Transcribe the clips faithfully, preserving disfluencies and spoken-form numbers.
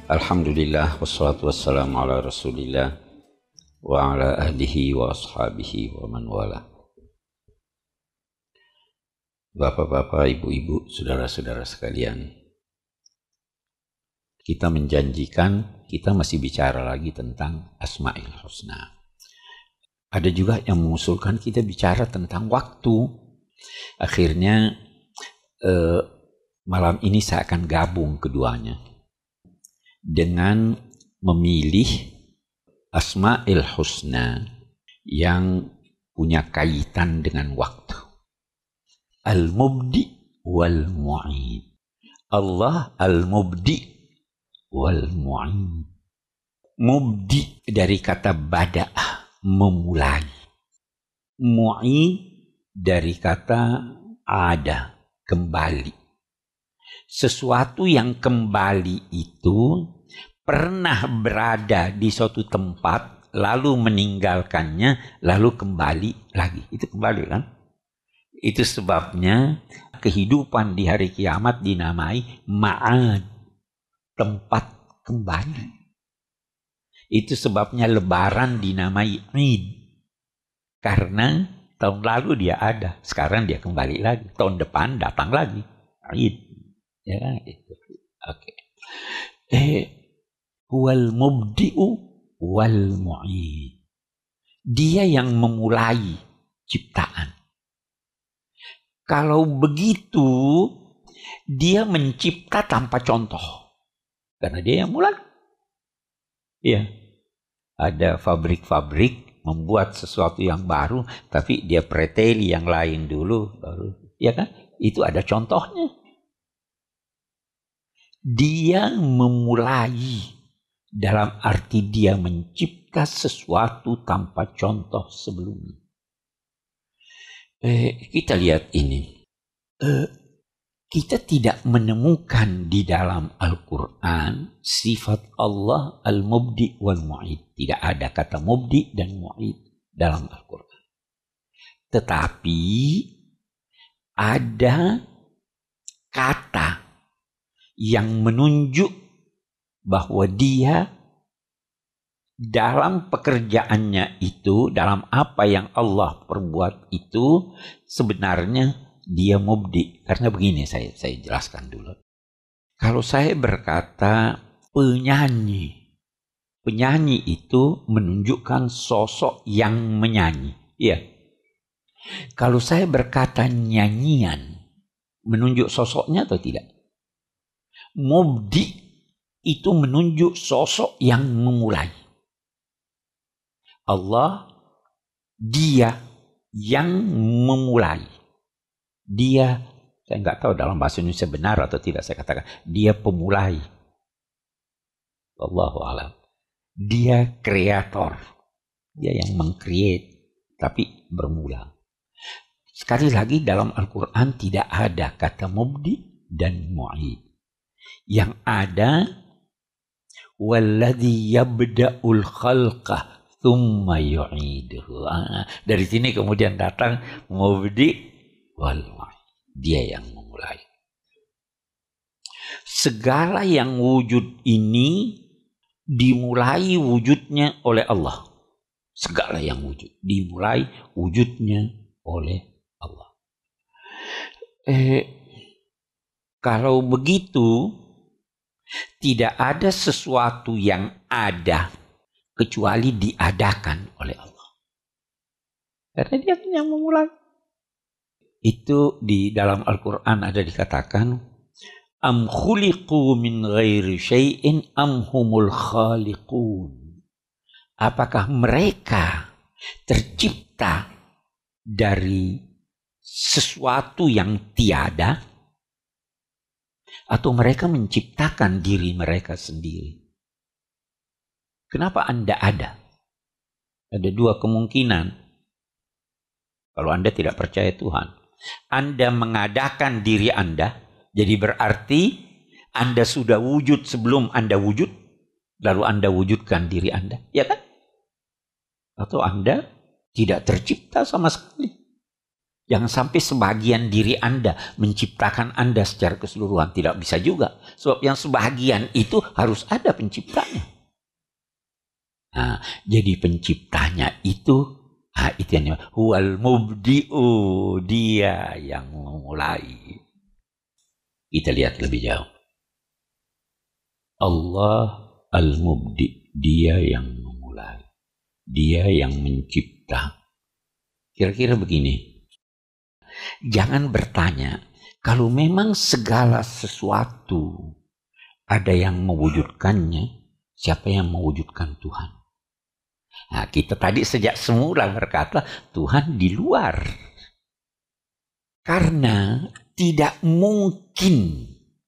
Alhamdulillah wassalatu wassalamu ala Rasulillah wa ala ahlihi wa ashabihi wa man wala. Bapak-bapak, ibu-ibu, saudara-saudara sekalian, kita menjanjikan kita masih bicara lagi tentang Asma'il Husna. Ada juga yang mengusulkan kita bicara tentang waktu. Akhirnya eh, malam ini saya akan gabung keduanya dengan memilih Asma'il Husna yang punya kaitan dengan waktu. Al-Mubdi wal-Mu'id. Allah Al-Mubdi wal-Mu'id. Mubdi dari kata bada'ah, memulai. Mu'id dari kata ada, kembali. Sesuatu yang kembali itu pernah berada di suatu tempat, lalu meninggalkannya, lalu kembali lagi. Itu kembali kan? Itu sebabnya kehidupan di hari kiamat dinamai ma'ad, tempat kembali. Itu sebabnya lebaran dinamai Id. Karena tahun lalu dia ada, sekarang dia kembali lagi. Tahun depan datang lagi, Id. Ya, itu. Oke. Eh, wal mubdi'u wal mu'id. Dia yang memulai ciptaan. Kalau begitu, dia mencipta tanpa contoh. Karena dia yang mulai. Iya. Ada pabrik-pabrik membuat sesuatu yang baru, tapi dia preteli yang lain dulu, baru. Ya kan? Itu ada contohnya. Dia memulai, dalam arti dia mencipta sesuatu tanpa contoh sebelumnya. Eh, kita lihat ini. Eh, kita tidak menemukan di dalam Al-Quran sifat Allah Al-Mubdi wal-Mu'id. Tidak ada kata Mubdi dan Mu'id dalam Al-Quran. Tetapi ada kata yang menunjuk bahwa dia dalam pekerjaannya itu, dalam apa yang Allah perbuat itu, sebenarnya dia mubdi. Karena begini, saya, saya jelaskan dulu. Kalau saya berkata penyanyi, penyanyi itu menunjukkan sosok yang menyanyi. Iya. Kalau saya berkata nyanyian, menunjuk sosoknya atau tidak? Mubdi itu menunjuk sosok yang memulai. Allah, dia yang memulai. Dia, saya nggak tahu dalam bahasa Indonesia benar atau tidak saya katakan, dia pemulai. Allahu a'lam. Dia kreator. Dia yang mengcreate, tapi bermula. Sekali lagi dalam Al-Quran tidak ada kata mubdi dan mu'id. Yang ada walladzi yabda'ul khalqa tsumma yu'iduhu. Dari sini kemudian datang mubdi wal mu'id. Dia yang memulai. Segala yang wujud ini dimulai wujudnya oleh Allah. Segala yang wujud dimulai wujudnya oleh Allah. Eh, kalau begitu, tidak ada sesuatu yang ada kecuali diadakan oleh Allah. Karena dia yang memulai. Itu di dalam Al-Quran ada dikatakan, am khuliqu min ghairi syai'in am humul khaliqun. Apakah mereka tercipta dari sesuatu yang tiada, atau mereka menciptakan diri mereka sendiri? Kenapa Anda ada? Ada dua kemungkinan. Kalau Anda tidak percaya Tuhan, Anda mengadakan diri Anda, jadi berarti Anda sudah wujud sebelum Anda wujud, lalu Anda wujudkan diri Anda, ya kan? Atau Anda tidak tercipta sama sekali, Jangan sampai sebagian diri Anda menciptakan Anda secara keseluruhan. Tidak bisa juga. Sebab yang sebagian itu harus ada penciptanya. Nah, jadi penciptanya itu, nah itu yang huwal mubdi'u, dia yang memulai. Kita lihat lebih jauh. Allah al-mubdi, dia yang memulai. Dia yang mencipta. Kira-kira begini. Jangan bertanya, kalau memang segala sesuatu ada yang mewujudkannya, siapa yang mewujudkan Tuhan? Nah, kita tadi sejak semula berkata, Tuhan di luar. Karena tidak mungkin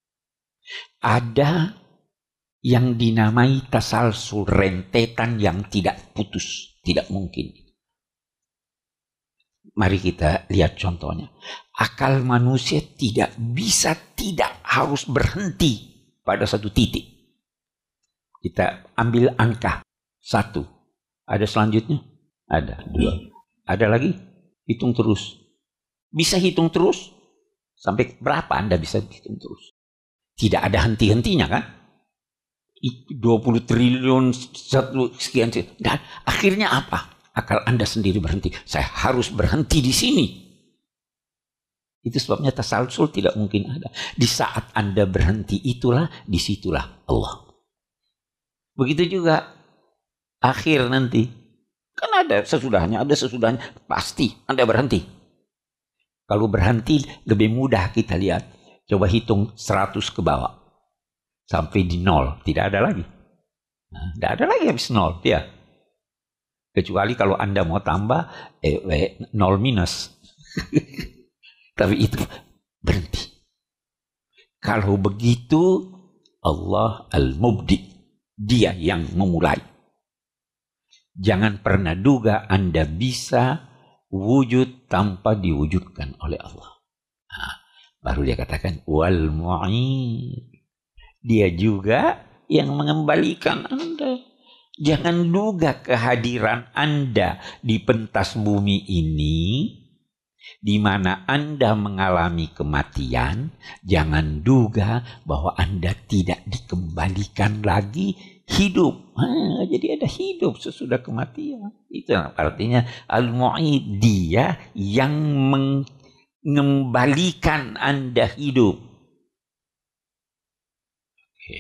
ada yang dinamai tasalsul, rentetan yang tidak putus. Tidak mungkin. Mari kita lihat contohnya. Akal manusia tidak bisa, tidak harus berhenti pada satu titik. Kita ambil angka satu. Ada selanjutnya? Ada. Dua. Ada lagi? Hitung terus. Bisa hitung terus? Sampai berapa Anda bisa hitung terus? Tidak ada henti-hentinya kan? dua puluh triliun, satu sekian. Dan akhirnya apa? Akal Anda sendiri berhenti. Saya harus berhenti di sini. Itu sebabnya tasalsul tidak mungkin ada. Di saat Anda berhenti itulah, disitulah Allah. Begitu juga akhir nanti. Kan ada sesudahnya, ada sesudahnya. Pasti Anda berhenti. Kalau berhenti lebih mudah kita lihat. Coba hitung seratus ke bawah. Sampai di nol. Tidak ada lagi. Nah, tidak ada lagi habis nol. Ya. Kecuali kalau Anda mau tambah eh, eh, nol minus. Tapi itu berhenti. Kalau begitu Allah al-mubdi. Dia yang memulai. Jangan pernah duga Anda bisa wujud tanpa diwujudkan oleh Allah. Nah, baru dia katakan wal mu'id. Dia juga yang mengembalikan Anda. Jangan duga kehadiran Anda di pentas bumi ini, di mana Anda mengalami kematian, jangan duga bahwa Anda tidak dikembalikan lagi hidup. Ah, jadi ada hidup sesudah kematian. Itu artinya al-mu'id, dia yang mengembalikan Anda hidup. Oke.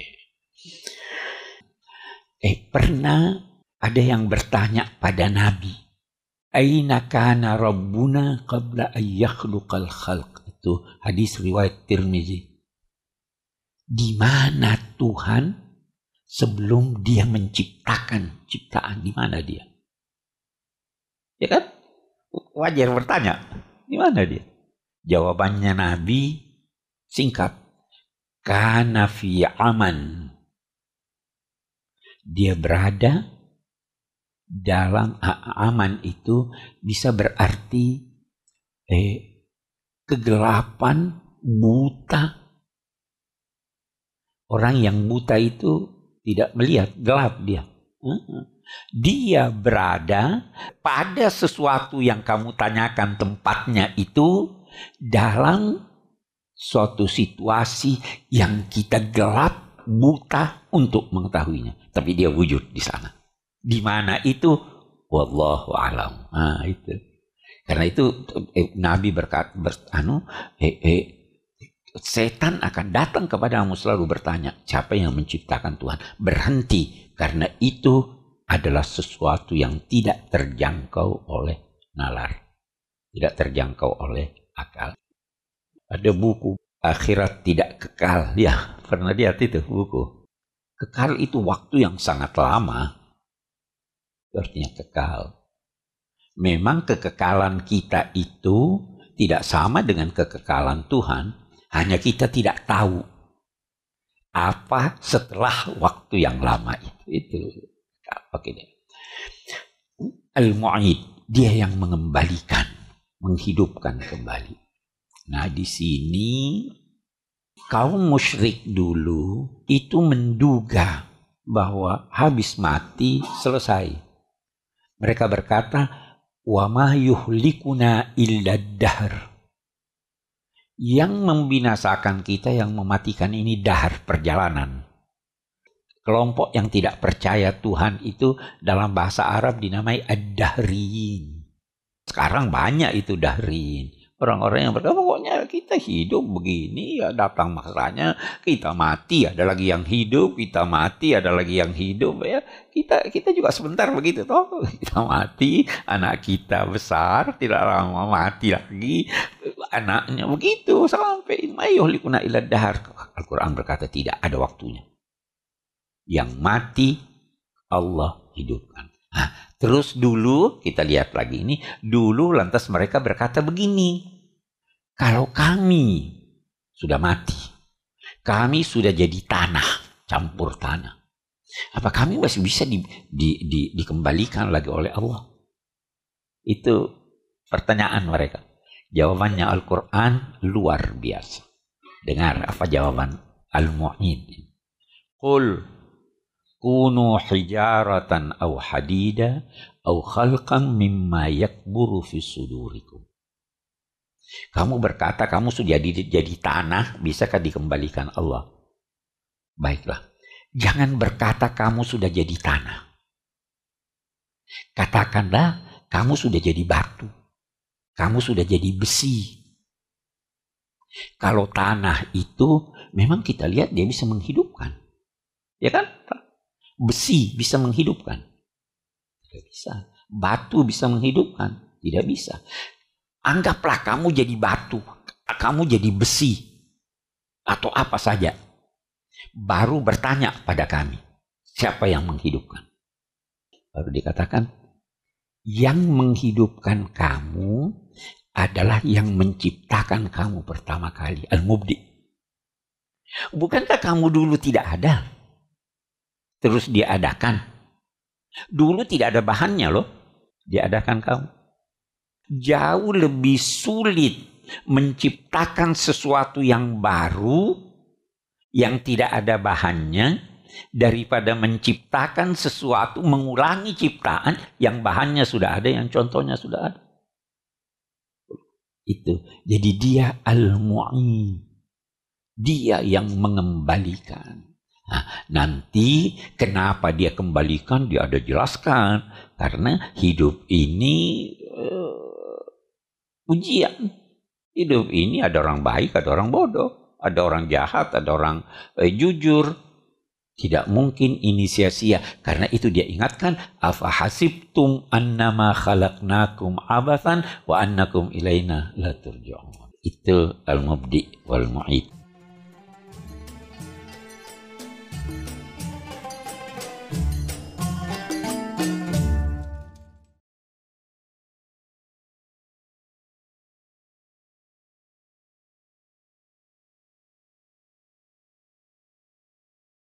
Eh, pernah ada yang bertanya pada Nabi, Aina kana Rabbuna qabla an yakhluqal khalq. Itu hadis riwayat Tirmizi. Di mana Tuhan sebelum dia menciptakan ciptaan? Di mana dia? Ya kan? Wajar bertanya. Di mana dia? Jawabannya Nabi singkat. Kana fi aman. Dia berada dalam aman, itu bisa berarti eh, kegelapan, buta. Orang yang buta itu tidak melihat, gelap dia. Dia berada pada sesuatu yang kamu tanyakan tempatnya itu dalam suatu situasi yang kita gelap, buta untuk mengetahuinya. Tapi dia wujud di sana. Di mana itu? Wallahu a'lam. Nah, itu. Karena itu eh, Nabi berkata, ber, anu, eh, eh, setan akan datang kepadamu selalu bertanya, siapa yang menciptakan Tuhan? Berhenti, karena itu adalah sesuatu yang tidak terjangkau oleh nalar. Tidak terjangkau oleh akal. Ada buku Akhirat Tidak Kekal. Ya, pernah lihat itu buku. Kekal itu waktu yang sangat lama. Artinya kekal. Memang kekekalan kita itu tidak sama dengan kekekalan Tuhan. Hanya kita tidak tahu apa setelah waktu yang lama itu. Itu. Oke deh. Al-Mu'id, dia yang mengembalikan, menghidupkan kembali. Nah, di sini kaum musyrik dulu itu menduga bahwa habis mati selesai. Mereka berkata, Wa ma yuhlikuna illa dahr. Yang membinasakan kita, yang mematikan ini dahar, perjalanan. Kelompok yang tidak percaya Tuhan itu dalam bahasa Arab dinamai ad-dahriyin. Sekarang banyak itu dahriyin. Orang-orang yang berkata, pokoknya kita hidup begini, ya datang masanya, kita mati, ada lagi yang hidup, kita mati, ada lagi yang hidup. Ya, kita kita juga sebentar begitu, toh. Kita mati, anak kita besar, tidak lama mati lagi, anaknya begitu, sampai mayuhlikuna ila dahar. Al-Quran berkata tidak ada waktunya. Yang mati Allah hidupkan. Nah, terus dulu kita lihat lagi ini, dulu lantas mereka berkata begini, kalau kami sudah mati, kami sudah jadi tanah, campur tanah, apa kami masih bisa di, di, di, dikembalikan lagi oleh Allah? Itu pertanyaan mereka. Jawabannya Al-Quran luar biasa. Dengar apa jawaban Al-Mu'id. Qul kunu hijaratan aw hadida aw khalqan mimma yakburu fi sudurikum. Kamu berkata kamu sudah jadi, jadi tanah, bisakah dikembalikan Allah? Baiklah, jangan berkata kamu sudah jadi tanah. Katakanlah kamu sudah jadi batu, kamu sudah jadi besi. Kalau tanah itu memang kita lihat dia bisa menghidupkan, ya kan? Besi bisa menghidupkan, tidak bisa. Batu bisa menghidupkan, tidak bisa. Anggaplah kamu jadi batu, kamu jadi besi, atau apa saja. Baru bertanya pada kami, siapa yang menghidupkan? Baru dikatakan, yang menghidupkan kamu adalah yang menciptakan kamu pertama kali, Al-Mubdi. Bukankah kamu dulu tidak ada? Terus diadakan. Dulu tidak ada bahannya loh. Diadakan kamu. Jauh lebih sulit menciptakan sesuatu yang baru yang tidak ada bahannya daripada menciptakan sesuatu, mengulangi ciptaan yang bahannya sudah ada, yang contohnya sudah ada. Itu. Jadi dia Al-Mu'id. Dia yang mengembalikan. Nah, nanti kenapa dia kembalikan, dia ada jelaskan. Karena hidup ini uh, ujian. Hidup ini ada orang baik, ada orang bodoh. Ada orang jahat, ada orang uh, jujur. Tidak mungkin ini sia-sia. Karena itu dia ingatkan, afa hasibtum annama khalaqnakum abathan wa annakum ilaina la turja'un. Itu Al-Mubdi wal Mu'id.